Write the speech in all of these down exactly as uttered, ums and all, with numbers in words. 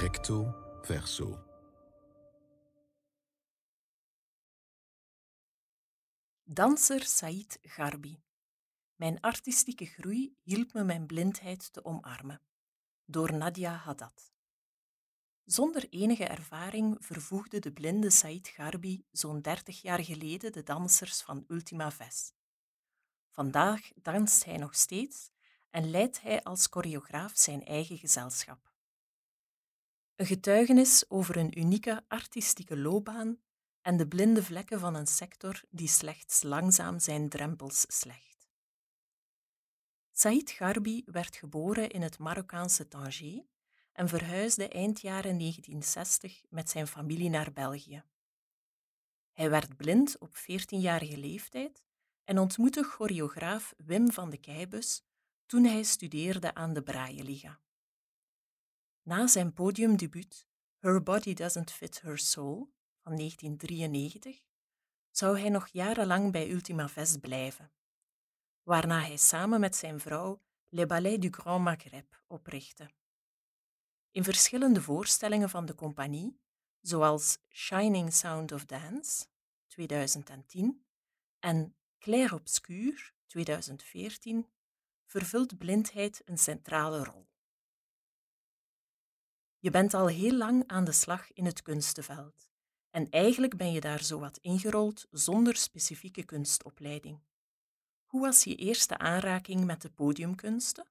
Recto verso. Danser Saïd Gharbi. Mijn artistieke groei hielp me mijn blindheid te omarmen. Door Nadia Haddad. Zonder enige ervaring vervoegde de blinde Saïd Gharbi zo'n dertig jaar geleden de dansers van Ultima Ves. Vandaag danst hij nog steeds en leidt hij als choreograaf zijn eigen gezelschap. Een getuigenis over een unieke artistieke loopbaan en de blinde vlekken van een sector die slechts langzaam zijn drempels slecht. Saïd Gharbi werd geboren in het Marokkaanse Tanger en verhuisde eind jaren negentien zestig met zijn familie naar België. Hij werd blind op veertienjarige leeftijd en ontmoette choreograaf Wim van de Keibus toen hij studeerde aan de Brailleliga. Na zijn podiumdebuut Her Body Doesn't Fit Her Soul van negentien drieënnegentig zou hij nog jarenlang bij Ultima Ves blijven, waarna hij samen met zijn vrouw Les Ballets du Grand Maghreb oprichtte. In verschillende voorstellingen van de compagnie, zoals Shining Sound of Dance tweeduizend tien en Clair Obscur tweeduizend veertien, vervult blindheid een centrale rol. Je bent al heel lang aan de slag in het kunstenveld en eigenlijk ben je daar zowat ingerold zonder specifieke kunstopleiding. Hoe was je eerste aanraking met de podiumkunsten?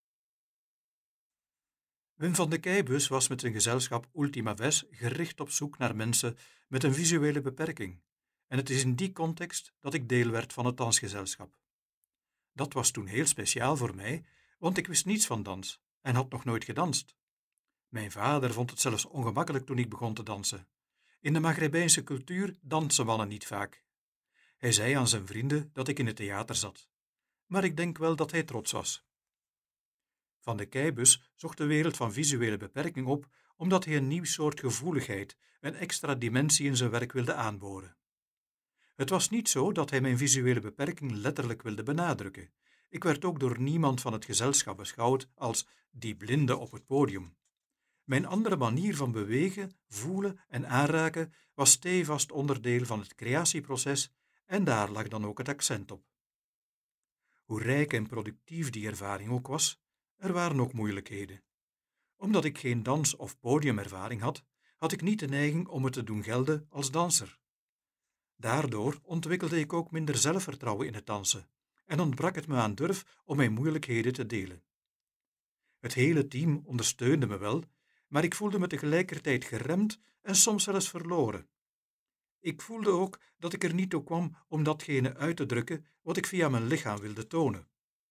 Wim van de Keibus was met zijn gezelschap Ultima Ves gericht op zoek naar mensen met een visuele beperking en het is in die context dat ik deel werd van het dansgezelschap. Dat was toen heel speciaal voor mij, want ik wist niets van dans en had nog nooit gedanst. Mijn vader vond het zelfs ongemakkelijk toen ik begon te dansen. In de Maghrebijnse cultuur dansen mannen niet vaak. Hij zei aan zijn vrienden dat ik in het theater zat, maar ik denk wel dat hij trots was. Van de Keibus zocht de wereld van visuele beperking op omdat hij een nieuw soort gevoeligheid, een extra dimensie in zijn werk wilde aanboren. Het was niet zo dat hij mijn visuele beperking letterlijk wilde benadrukken. Ik werd ook door niemand van het gezelschap beschouwd als die blinde op het podium. Mijn andere manier van bewegen, voelen en aanraken was stevast onderdeel van het creatieproces en daar lag dan ook het accent op. Hoe rijk en productief die ervaring ook was, er waren ook moeilijkheden. Omdat ik geen dans- of podiumervaring had, had ik niet de neiging om het te doen gelden als danser. Daardoor ontwikkelde ik ook minder zelfvertrouwen in het dansen en ontbrak het me aan durf om mijn moeilijkheden te delen. Het hele team ondersteunde me wel, maar ik voelde me tegelijkertijd geremd en soms zelfs verloren. Ik voelde ook dat ik er niet toe kwam om datgene uit te drukken wat ik via mijn lichaam wilde tonen.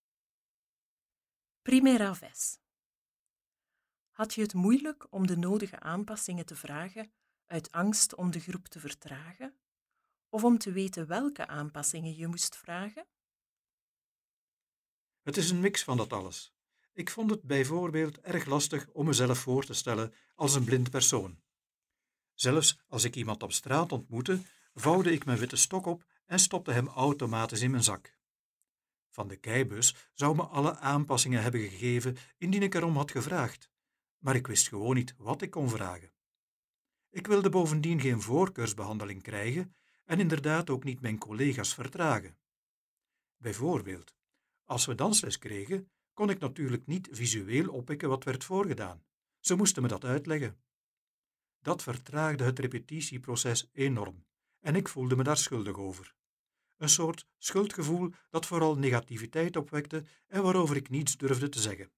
Primera Ves. Had je het moeilijk om de nodige aanpassingen te vragen uit angst om de groep te vertragen? Of om te weten welke aanpassingen je moest vragen? Het is een mix van dat alles. Ik vond het bijvoorbeeld erg lastig om mezelf voor te stellen als een blind persoon. Zelfs als ik iemand op straat ontmoette, vouwde ik mijn witte stok op en stopte hem automatisch in mijn zak. Van de Keibus zou me alle aanpassingen hebben gegeven indien ik erom had gevraagd, maar ik wist gewoon niet wat ik kon vragen. Ik wilde bovendien geen voorkeursbehandeling krijgen en inderdaad ook niet mijn collega's vertragen. Bijvoorbeeld, als we dansles kregen, kon ik natuurlijk niet visueel oppikken wat werd voorgedaan. Ze moesten me dat uitleggen. Dat vertraagde het repetitieproces enorm en ik voelde me daar schuldig over. Een soort schuldgevoel dat vooral negativiteit opwekte en waarover ik niets durfde te zeggen.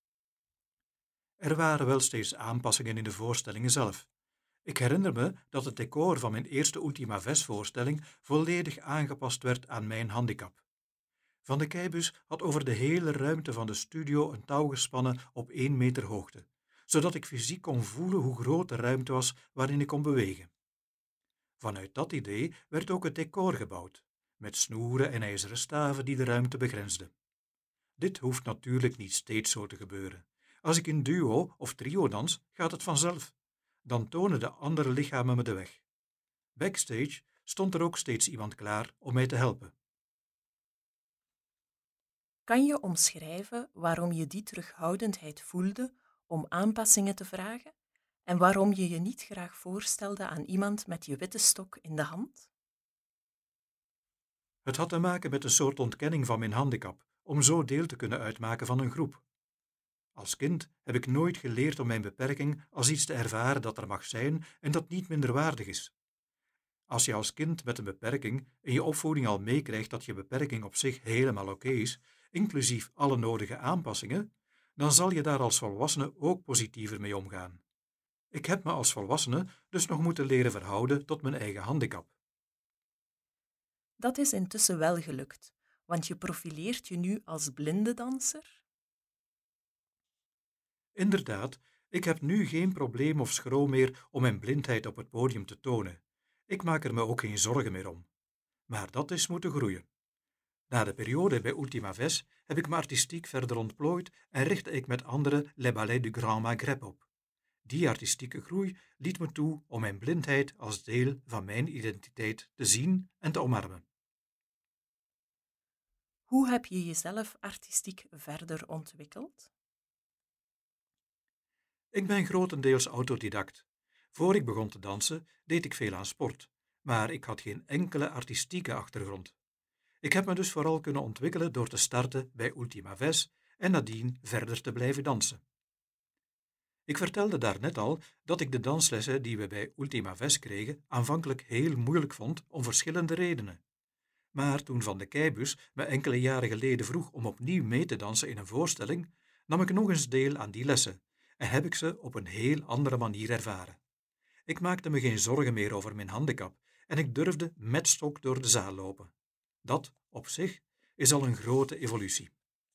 Er waren wel steeds aanpassingen in de voorstellingen zelf. Ik herinner me dat het decor van mijn eerste Ultima Ves voorstelling volledig aangepast werd aan mijn handicap. Van de Keibus had over de hele ruimte van de studio een touw gespannen op één meter hoogte, zodat ik fysiek kon voelen hoe groot de ruimte was waarin ik kon bewegen. Vanuit dat idee werd ook het decor gebouwd, met snoeren en ijzeren staven die de ruimte begrensden. Dit hoeft natuurlijk niet steeds zo te gebeuren. Als ik in duo of trio dans, gaat het vanzelf. Dan tonen de andere lichamen me de weg. Backstage stond er ook steeds iemand klaar om mij te helpen. Kan je omschrijven waarom je die terughoudendheid voelde om aanpassingen te vragen En waarom je je niet graag voorstelde aan iemand met je witte stok in de hand? Het had te maken met een soort ontkenning van mijn handicap, om zo deel te kunnen uitmaken van een groep. Als kind heb ik nooit geleerd om mijn beperking als iets te ervaren dat er mag zijn en dat niet minderwaardig is. Als je als kind met een beperking in je opvoeding al meekrijgt dat je beperking op zich helemaal oké is, inclusief alle nodige aanpassingen, dan zal je daar als volwassene ook positiever mee omgaan. Ik heb me als volwassene dus nog moeten leren verhouden tot mijn eigen handicap. Dat is intussen wel gelukt, want je profileert je nu als blinde danser. Inderdaad, ik heb nu geen probleem of schroom meer om mijn blindheid op het podium te tonen. Ik maak er me ook geen zorgen meer om. Maar dat is moeten groeien. Na de periode bij Ultima Ves heb ik me artistiek verder ontplooid en richtte ik met anderen Les Ballets du Grand Maghreb op. Die artistieke groei liet me toe om mijn blindheid als deel van mijn identiteit te zien en te omarmen. Hoe heb je jezelf artistiek verder ontwikkeld? Ik ben grotendeels autodidact. Voor ik begon te dansen, deed ik veel aan sport, maar ik had geen enkele artistieke achtergrond. Ik heb me dus vooral kunnen ontwikkelen door te starten bij Ultima Ves en nadien verder te blijven dansen. Ik vertelde daarnet al dat ik de danslessen die we bij Ultima Ves kregen aanvankelijk heel moeilijk vond om verschillende redenen. Maar toen Van de Keibus me enkele jaren geleden vroeg om opnieuw mee te dansen in een voorstelling, nam ik nog eens deel aan die lessen en heb ik ze op een heel andere manier ervaren. Ik maakte me geen zorgen meer over mijn handicap en ik durfde met stok door de zaal lopen. Dat, op zich, is al een grote evolutie.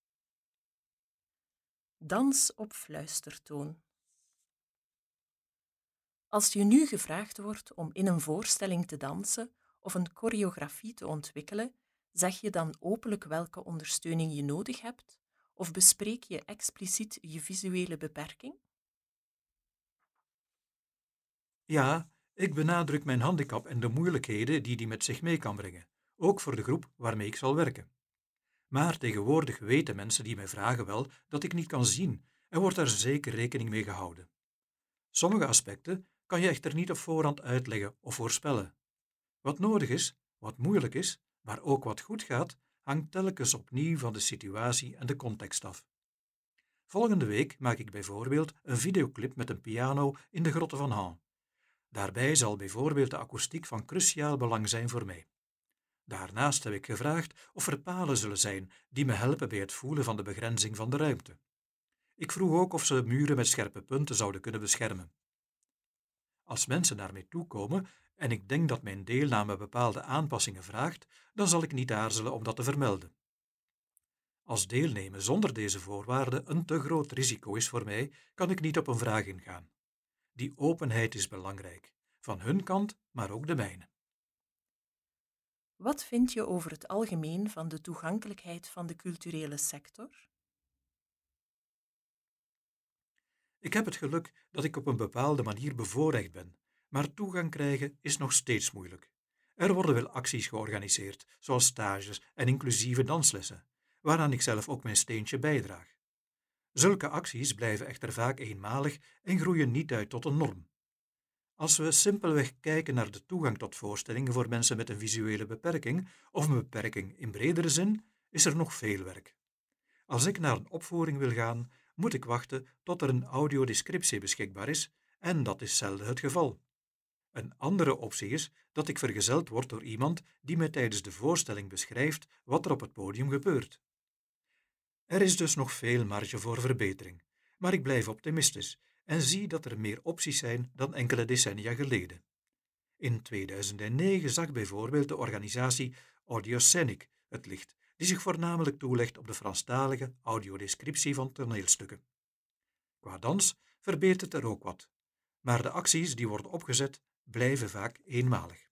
Dans op fluistertoon. Als je nu gevraagd wordt om in een voorstelling te dansen of een choreografie te ontwikkelen, zeg je dan openlijk welke ondersteuning je nodig hebt of bespreek je expliciet je visuele beperking? Ja, ik benadruk mijn handicap en de moeilijkheden die die met zich mee kan brengen, ook voor de groep waarmee ik zal werken. Maar tegenwoordig weten mensen die mij vragen wel dat ik niet kan zien en wordt daar zeker rekening mee gehouden. Sommige aspecten kan je echter niet op voorhand uitleggen of voorspellen. Wat nodig is, wat moeilijk is, maar ook wat goed gaat, hangt telkens opnieuw van de situatie en de context af. Volgende week maak ik bijvoorbeeld een videoclip met een piano in de grotten van Han. Daarbij zal bijvoorbeeld de akoestiek van cruciaal belang zijn voor mij. Daarnaast heb ik gevraagd of er palen zullen zijn die me helpen bij het voelen van de begrenzing van de ruimte. Ik vroeg ook of ze muren met scherpe punten zouden kunnen beschermen. Als mensen naar mij toekomen en ik denk dat mijn deelname bepaalde aanpassingen vraagt, dan zal ik niet aarzelen om dat te vermelden. Als deelnemen zonder deze voorwaarden een te groot risico is voor mij, kan ik niet op een vraag ingaan. Die openheid is belangrijk, van hun kant, maar ook de mijne. Wat vind je over het algemeen van de toegankelijkheid van de culturele sector? Ik heb het geluk dat ik op een bepaalde manier bevoorrecht ben, maar toegang krijgen is nog steeds moeilijk. Er worden wel acties georganiseerd, zoals stages en inclusieve danslessen, waaraan ik zelf ook mijn steentje bijdraag. Zulke acties blijven echter vaak eenmalig en groeien niet uit tot een norm. Als we simpelweg kijken naar de toegang tot voorstellingen voor mensen met een visuele beperking of een beperking in bredere zin, is er nog veel werk. Als ik naar een opvoering wil gaan, moet ik wachten tot er een audiodescriptie beschikbaar is, en dat is zelden het geval. Een andere optie is dat ik vergezeld word door iemand die mij tijdens de voorstelling beschrijft wat er op het podium gebeurt. Er is dus nog veel marge voor verbetering, maar ik blijf optimistisch en zie dat er meer opties zijn dan enkele decennia geleden. In tweeduizend negen zag bijvoorbeeld de organisatie Audioscenic het licht, die zich voornamelijk toelegt op de Franstalige audiodescriptie van toneelstukken. Qua dans verbetert er ook wat, maar de acties die worden opgezet blijven vaak eenmalig.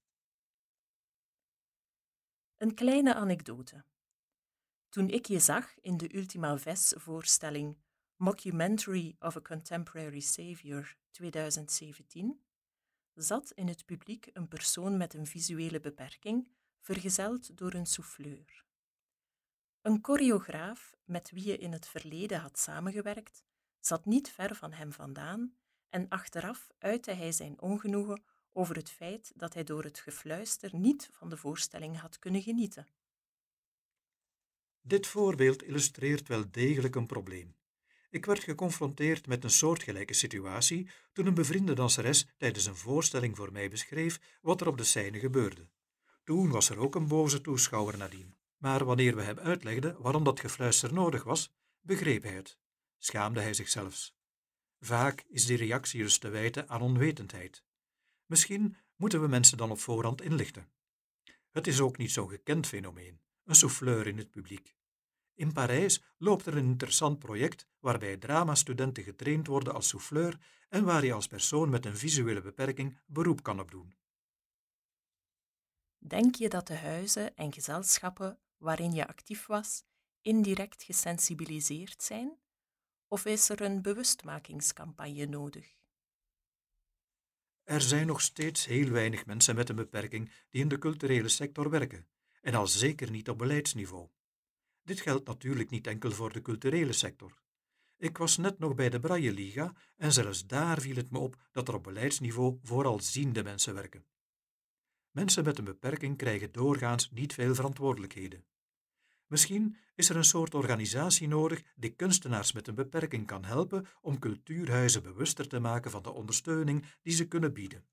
Een kleine anekdote. Toen ik je zag in de Ultima Ves-voorstelling Mockumentary of a Contemporary Savior tweeduizend zeventien, zat in het publiek een persoon met een visuele beperking, vergezeld door een souffleur. Een choreograaf met wie je in het verleden had samengewerkt, zat niet ver van hem vandaan en achteraf uitte hij zijn ongenoegen over het feit dat hij door het gefluister niet van de voorstelling had kunnen genieten. Dit voorbeeld illustreert wel degelijk een probleem. Ik werd geconfronteerd met een soortgelijke situatie toen een bevriende danseres tijdens een voorstelling voor mij beschreef wat er op de scène gebeurde. Toen was er ook een boze toeschouwer nadien. Maar wanneer we hem uitlegden waarom dat gefluister nodig was, begreep hij het. Schaamde hij zich zelfs. Vaak is die reactie dus te wijten aan onwetendheid. Misschien moeten we mensen dan op voorhand inlichten. Het is ook niet zo'n gekend fenomeen, een souffleur in het publiek. In Parijs loopt er een interessant project waarbij dramastudenten getraind worden als souffleur en waar je als persoon met een visuele beperking beroep kan op doen. Denk je dat de huizen en gezelschappen waarin je actief was indirect gesensibiliseerd zijn? Of is er een bewustmakingscampagne nodig? Er zijn nog steeds heel weinig mensen met een beperking die in de culturele sector werken, en al zeker niet op beleidsniveau. Dit geldt natuurlijk niet enkel voor de culturele sector. Ik was net nog bij de Braille Liga en zelfs daar viel het me op dat er op beleidsniveau vooral ziende mensen werken. Mensen met een beperking krijgen doorgaans niet veel verantwoordelijkheden. Misschien is er een soort organisatie nodig die kunstenaars met een beperking kan helpen om cultuurhuizen bewuster te maken van de ondersteuning die ze kunnen bieden.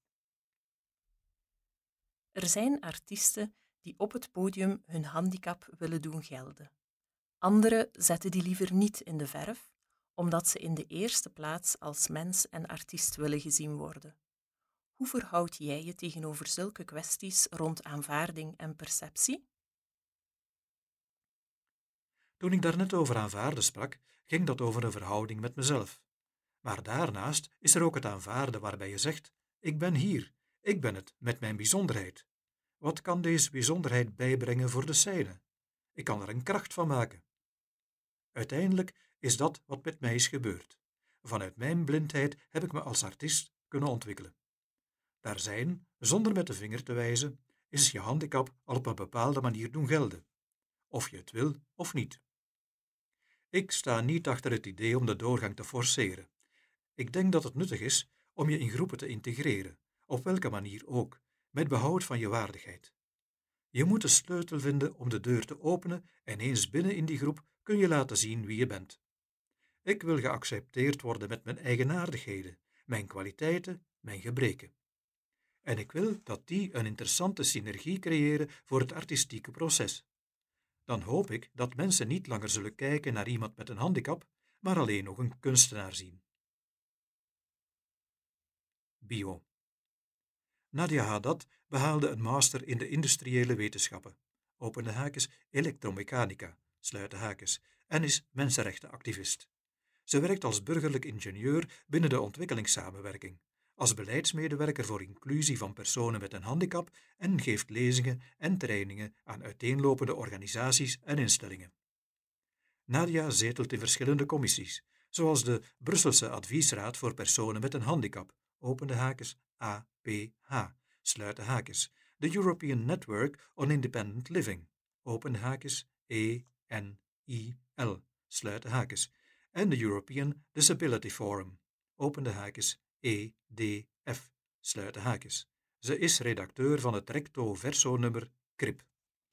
Er zijn artiesten die op het podium hun handicap willen doen gelden. Anderen zetten die liever niet in de verf, omdat ze in de eerste plaats als mens en artiest willen gezien worden. Hoe verhoud jij je tegenover zulke kwesties rond aanvaarding en perceptie? Toen ik daarnet over aanvaarden sprak, ging dat over een verhouding met mezelf. Maar daarnaast is er ook het aanvaarden waarbij je zegt: ik ben hier, ik ben het, met mijn bijzonderheid. Wat kan deze bijzonderheid bijbrengen voor de scène? Ik kan er een kracht van maken. Uiteindelijk is dat wat met mij is gebeurd. Vanuit mijn blindheid heb ik me als artiest kunnen ontwikkelen. Daar zijn, zonder met de vinger te wijzen, is je handicap al op een bepaalde manier doen gelden, of je het wil of niet. Ik sta niet achter het idee om de doorgang te forceren. Ik denk dat het nuttig is om je in groepen te integreren, op welke manier ook, met behoud van je waardigheid. Je moet de sleutel vinden om de deur te openen en eens binnen in die groep kun je laten zien wie je bent. Ik wil geaccepteerd worden met mijn eigenaardigheden, mijn kwaliteiten, mijn gebreken. En ik wil dat die een interessante synergie creëren voor het artistieke proces. Dan hoop ik dat mensen niet langer zullen kijken naar iemand met een handicap, maar alleen nog een kunstenaar zien. Bio. Nadia Haddad behaalde een master in de industriële wetenschappen, opende haakjes elektromechanica, sluiten haakjes, en is mensenrechtenactivist. Ze werkt als burgerlijk ingenieur binnen de ontwikkelingssamenwerking, als beleidsmedewerker voor inclusie van personen met een handicap en geeft lezingen en trainingen aan uiteenlopende organisaties en instellingen. Nadia zetelt in verschillende commissies, zoals de Brusselse Adviesraad voor Personen met een Handicap, opende haakjes A P H, sluiten haakjes, de European Network on Independent Living, opende haakjes E N I L, sluiten haakjes, en de European Disability Forum, opende haakjes E D F, sluiten haakjes. Ze is redacteur van het recto verso nummer K R I P.